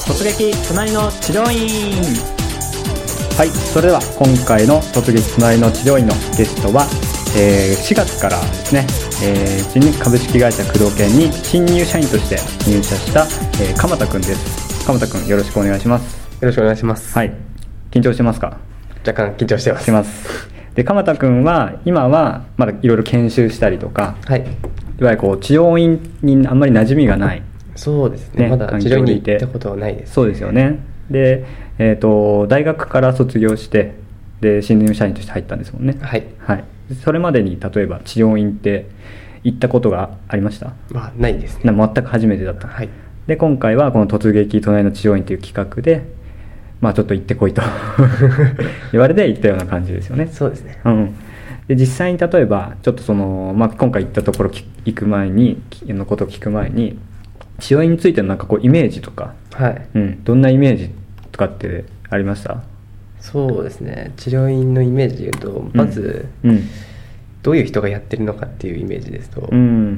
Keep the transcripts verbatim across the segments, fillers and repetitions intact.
突撃隣の治療院。はい、それでは今回の突撃隣の治療院のゲストは、えー、しがつからですね、えー、株式会社工藤研に新入社員として入社した、えー、鎌田くんです。鎌田くん、よろしくお願いします。 よろしくお願いします。 はい、緊張してますか？ 若干緊張してます。 します。で、鎌田くんは今はまだいろいろ研修したりとか、 はい、 いわゆるこう治療院にあんまり馴染みがない。 そうですね、まだ治療院に行ったことはないです、ね、 そうですよね。で、えーと、大学から卒業してで新入社員として入ったんですもんね。 はい、 はい、それまでに例えば治療院って行ったことがありました？ まあ、ないですね。 全く初めてだった、 はい、で今回はこの突撃隣の治療院という企画で、まあ、ちょっと行ってこいと言われて行ったような感じですよね。 そうですね、 うん、で実際に例えばちょっとその、まあ、今回行ったところ行く前にのことを聞く前に治療院についてのなんかこうイメージとか、 はい、 うん、どんなイメージとかってありました？ そうですね、治療院のイメージでいうとまず、うんうん、どういう人がやってるのかっていうイメージですと、うん、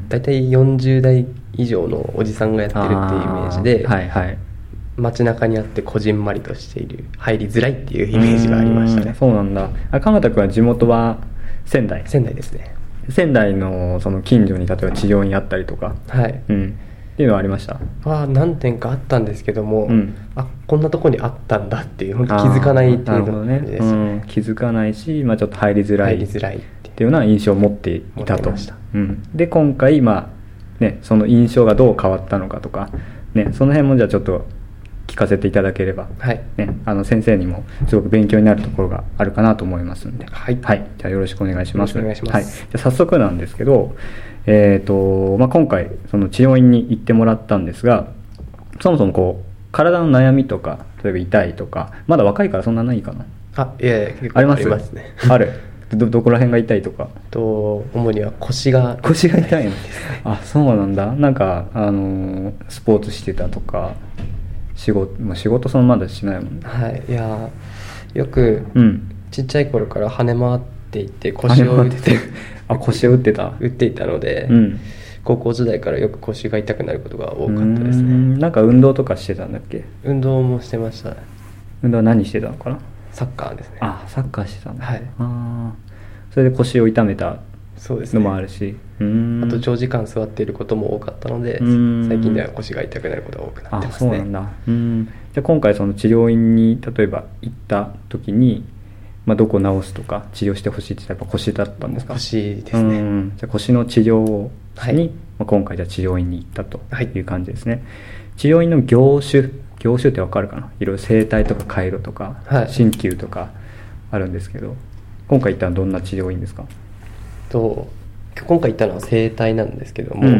だいたいよんじゅう代以上のおじさんがやってるっていうイメージで、はいはい、街中にあってこじんまりとしている、入りづらいっていうイメージがありましたね。 そうなんだ。鎌田君は地元は仙台？ 仙台ですね。 仙台のその近所に例えば治療院あったりとか、 はい、うん、 っていうのはありました？ あ、何点かあったんですけども、うん、あ、こんなとこにあったんだっていう、本当気づかないっていうのですね、うん、 気づかないし、まあ、ちょっと入りづらい入りづらいっていうような印象を持っていたと。 持ってました、 うん、で今回、まあね、その印象がどう変わったのかとか、ね、その辺もじゃあちょっと聞かせていただければ、はいね、あの先生にもすごく勉強になるところがあるかなと思いますので、はいはい、じゃあよろしくお願いします。 よろしくお願いします。 はい、じゃあ早速なんですけど、えーとまあ、今回その治療院に行ってもらったんですが、そもそもこう体の悩みとか、例えば痛いとか、まだ若いからそんなないかな。 あ、いやいや、結構ありますね。 あるど, どこら辺が痛いとか？ と主には腰が腰が痛いのあ、そうなんだ。なんかあのスポーツしてたとか仕事、まあ、仕事そのまだしないもんね。 はい、いやよく、うん、ちっちゃい頃から跳ね回っていて腰を打ってあ、腰を打ってた打っていたので、うん、高校時代からよく腰が痛くなることが多かったですね。 んなんか運動とかしてたんだっけ？ 運動もしてました。 運動は何してたのかな？ サッカーですね。 あ、サッカーしてたんだ。 はい、 あ、それで腰を痛めたのもあるし、 う、ね、あと長時間座っていることも多かったので、最近では腰が痛くなることが多くなってますね。 あ、そうなんだ。うん、じゃあ今回その治療院に例えば行った時に、まあ、どこを治すとか治療してほしいって言ったらやっぱ腰だったんですか？ 腰ですね。うん、 じゃあ腰の治療をしに、はい、まあ、今回じゃあ治療院に行ったという感じですね。はい、治療院の業種業種って分かるかな？いろいろ整体とか回路とか、はい、鍼灸とかあるんですけど、今回行ったのはどんな治療院ですか？ と今回行ったのは整体なんですけども、うんうん、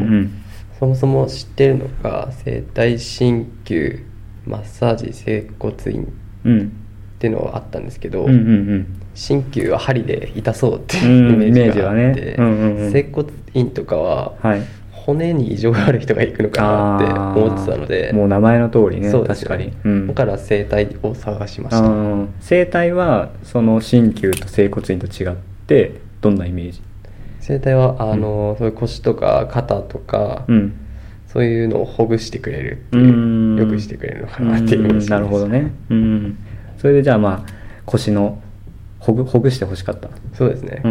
そもそも知ってるのが整体、鍼灸、マッサージ、整骨院っていうのがあったんですけど、うんうんうん、鍼灸は針で痛そうっていうイメージがあって、うんうんね、うんうん、整骨院とかは、はい、骨に異常がある人が行くのかなって思ってたので、 もう名前の通りね。 そうですね、確かに、うん、だから整体を探しました。 整体はその鍼灸と整骨院と違ってどんなイメージ？ 整体はあの、うん、そういう腰とか肩とか、うん、そういうのをほぐしてくれるっていう、よくしてくれるのかなっていうイメージです。 なるほどね。うん、それでじゃあまあ腰のほぐ、ほぐしてほしかった。 そうですね、うん、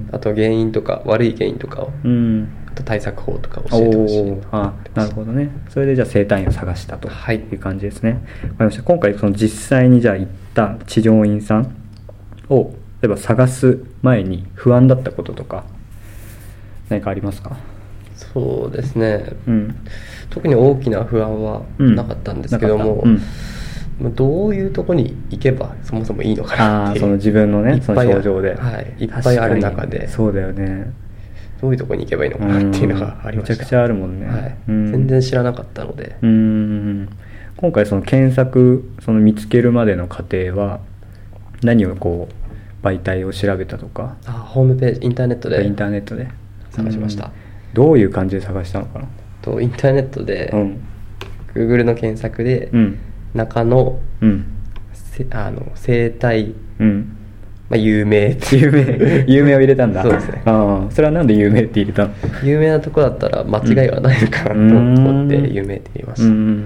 あと原因とか悪い原因とかを、うん、あと対策法とか教えてほしいと。 あ、なるほどね。それでじゃあ整体院を探したという感じですね。わ、はい、かりました。今回その実際にじゃあ行った治療院さんを例えば探す前に不安だったこととか何かありますか？ そうですね、うん、特に大きな不安はなかったんですけども、うんうん、どういうとこに行けばそもそもいいのかなっていう、 あ、その自分のね、その症状で、 はい、いっぱいある中で、 そうだよね、 どういうとこに行けばいいのかなっていうのがありました。 めちゃくちゃあるもんね、 はい、うん、全然知らなかったので。 うん、今回その検索、その見つけるまでの過程は何をこう媒体を調べたとか？ あ、ホームページ、インターネットでインターネットで探しました。 どういう感じで探したのかな？ とインターネットで、うん、Google の検索で、うん、中野、うん、あの整体、うん、まあ、有名って有名有名を入れたんだ。 そうですね。 あ、それはなんで有名って入れたの？ 有名なとこだったら間違いはないのかなと思って有名って入れました。うんうん、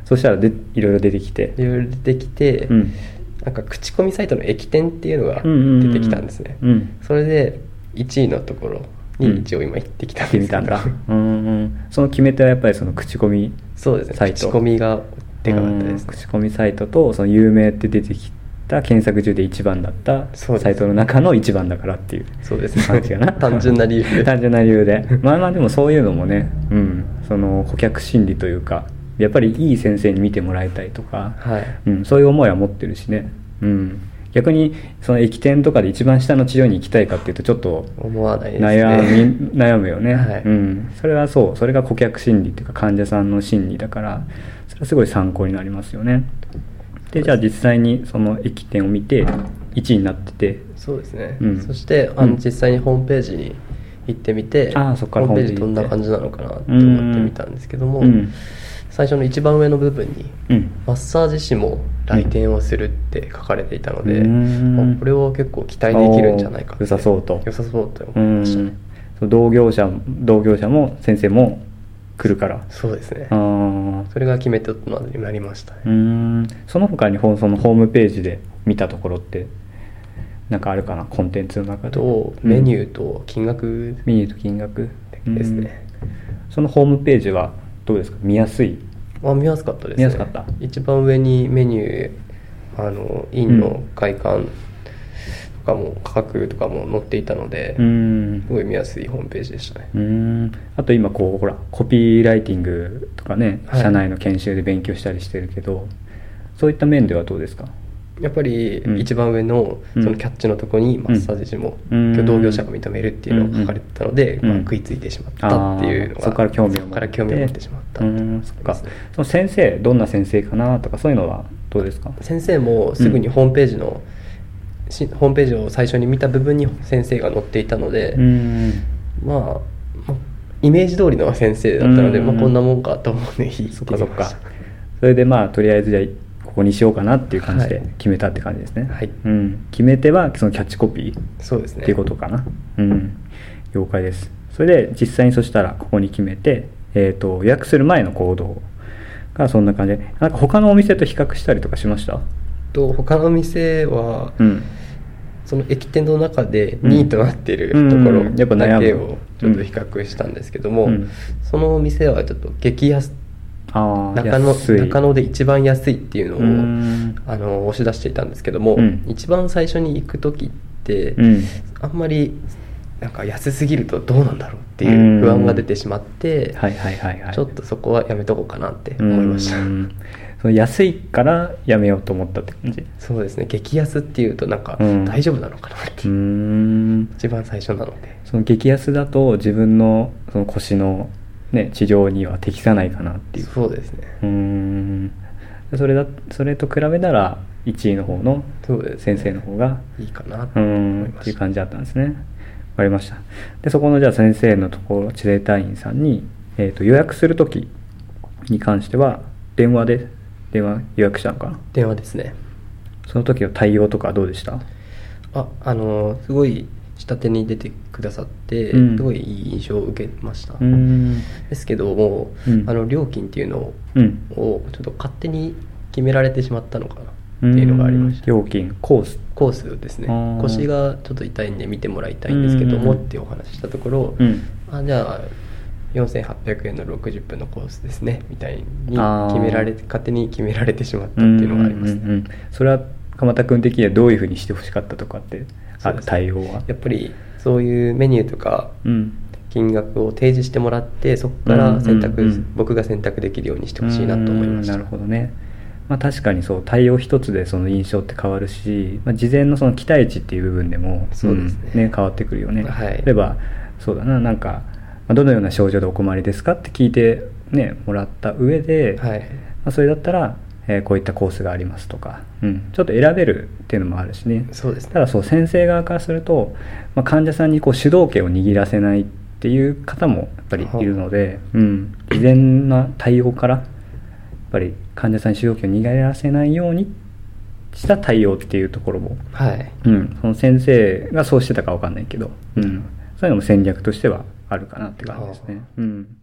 そしたらでいろいろ出てきていろいろ出てきて、うん、なんか口コミサイトの駅店っていうのが出てきたんですね、うんうんうん、それでいちいのところに一応今行ってきたんですけど、 うんうんうん、その決め手はやっぱりその口コミサイト。そうですね、口コミがでかかったですね。 口コミサイトとその有名って出てきた検索中で一番だったサイトの中の一番だからっていう感じかな。 単純な理由で単純な理由でまあまあでもそういうのもね、うん、その顧客心理というかやっぱりいい先生に見てもらいたいとか、はいうん、そういう思いは持ってるしね、うん、逆にその駅店とかで一番下の治療に行きたいかっていうとちょっと思わないですね。 悩み悩むよね、 はいうん、それはそうそれが顧客心理っていうか患者さんの心理だからそれはすごい参考になりますよね。でじゃあ実際にその駅店を見ていちいになっててそうですね、うん、そしてあの実際にホームページに行ってみて、うん、 あそっからホームページどんな感じなのかなって思ってみたんですけども、うん、最初の一番上の部分に、うん、マッサージ師も来店をするって書かれていたので、まあ、これは結構期待できるんじゃないかって良さそうと良さそうと思いましたね。 同業者同業者も先生も来るからそうですね。あそれが決め手となりましたね。 うーんその他にそのホームページで見たところってなんかあるかな、コンテンツの中で。 とメニューと金額、うん、 メニューと金額ですね。 そのホームページはどうですか、見やすい？ あ見やすかったですね。 見やすかった。 一番上にメニュー、あの院の外観とかも価格とかも載っていたので、うん、すごい見やすいホームページでしたね。 うんあと今こうほらコピーライティングとかね、はい、社内の研修で勉強したりしてるけど、そういった面ではどうですか？ やっぱり一番上のそのキャッチのところにマッサージ師も同業者が認めるっていうのが書かれてたので、まあ、食いついてしまったっていうのが、 そこから興味を持って、 そこから興味を持ってしまったっていうことですね。 その先生どんな先生かなとかそういうのはどうですか？ 先生もすぐにホームページの、うん、ホームページを最初に見た部分に先生が載っていたので、うんまあイメージ通りの先生だったので、まあ、こんなもんかと思うねいいって言いました。 それでまあとりあえずじゃあここにしようかなっていう感じで決めたって感じですね、はいうん、決め手はそのキャッチコピーそうですねっていうことかな、うん、了解です。それで実際にそしたらここに決めて、えーと、予約する前の行動がそんな感じで、なんか他のお店と比較したりとかしました？ と他の店は、うん、その駅店の中でにいとなっているところだけをちょっと比較したんですけども、うんうん、その店はちょっと激安あ中野、中野で一番安いっていうのをあの押し出していたんですけども、うん、一番最初に行く時って、うん、あんまりなんか安すぎるとどうなんだろうっていう不安が出てしまって、ちょっとそこはやめとこうかなって思いました。 その安いからやめようと思ったって感じ？ そうですね、激安っていうとなんか大丈夫なのかなっていう、うん、一番最初なので。 その激安だと自分のその腰のね、治療には適さないかなっていう。 そうですね。 うーんそれだそれと比べたらいちいの方の先生の方がいいかなと思いました。 っていう感じだったんですね。わかりました。でそこのじゃあ先生のところ治療隊員さんに、えーと、予約するときに関しては電話で電話予約したのかな？ 電話ですね。 その時の対応とかどうでした？ ああのすごい下手に出てくださって、うん、すごいいい印象を受けました。うんですけども、うん、あの料金っていうのをちょっと勝手に決められてしまったのかなっていうのがありました。 料金コースコースですね。腰がちょっと痛いんで見てもらいたいんですけどもってお話ししたところ、うん、あじゃあよんせんはっぴゃくえんのろくじゅっぷんのコースですねみたいに決められて勝手に決められてしまったっていうのがありますね。うんうんうん、 それは鎌田君的にはどういうふうにしてほしかったとかってある対応は？ やっぱりそういうメニューとか金額を提示してもらってそこから選択、うんうんうん、僕が選択できるようにしてほしいなと思いました。 なるほどね。まあ、確かにそう対応一つでその印象って変わるし、まあ、事前のその期待値っていう部分でもそうですね、 うんね、変わってくるよね、 はい、 例えばそうだななんかどのような症状でお困りですかって聞いて、ね、もらった上で、はいまあ、それだったらえー、こういったコースがありますとか、うん、ちょっと選べるっていうのもあるしね。 そうですね。 ただそう先生側からすると、まあ、患者さんにこう主導権を握らせないっていう方もやっぱりいるので、うん、事前な対応からやっぱり患者さんに主導権を握らせないようにした対応っていうところも、 はいうん、その先生がそうしてたか分かんないけど、うん、そういうのも戦略としてはあるかなって感じですね。うん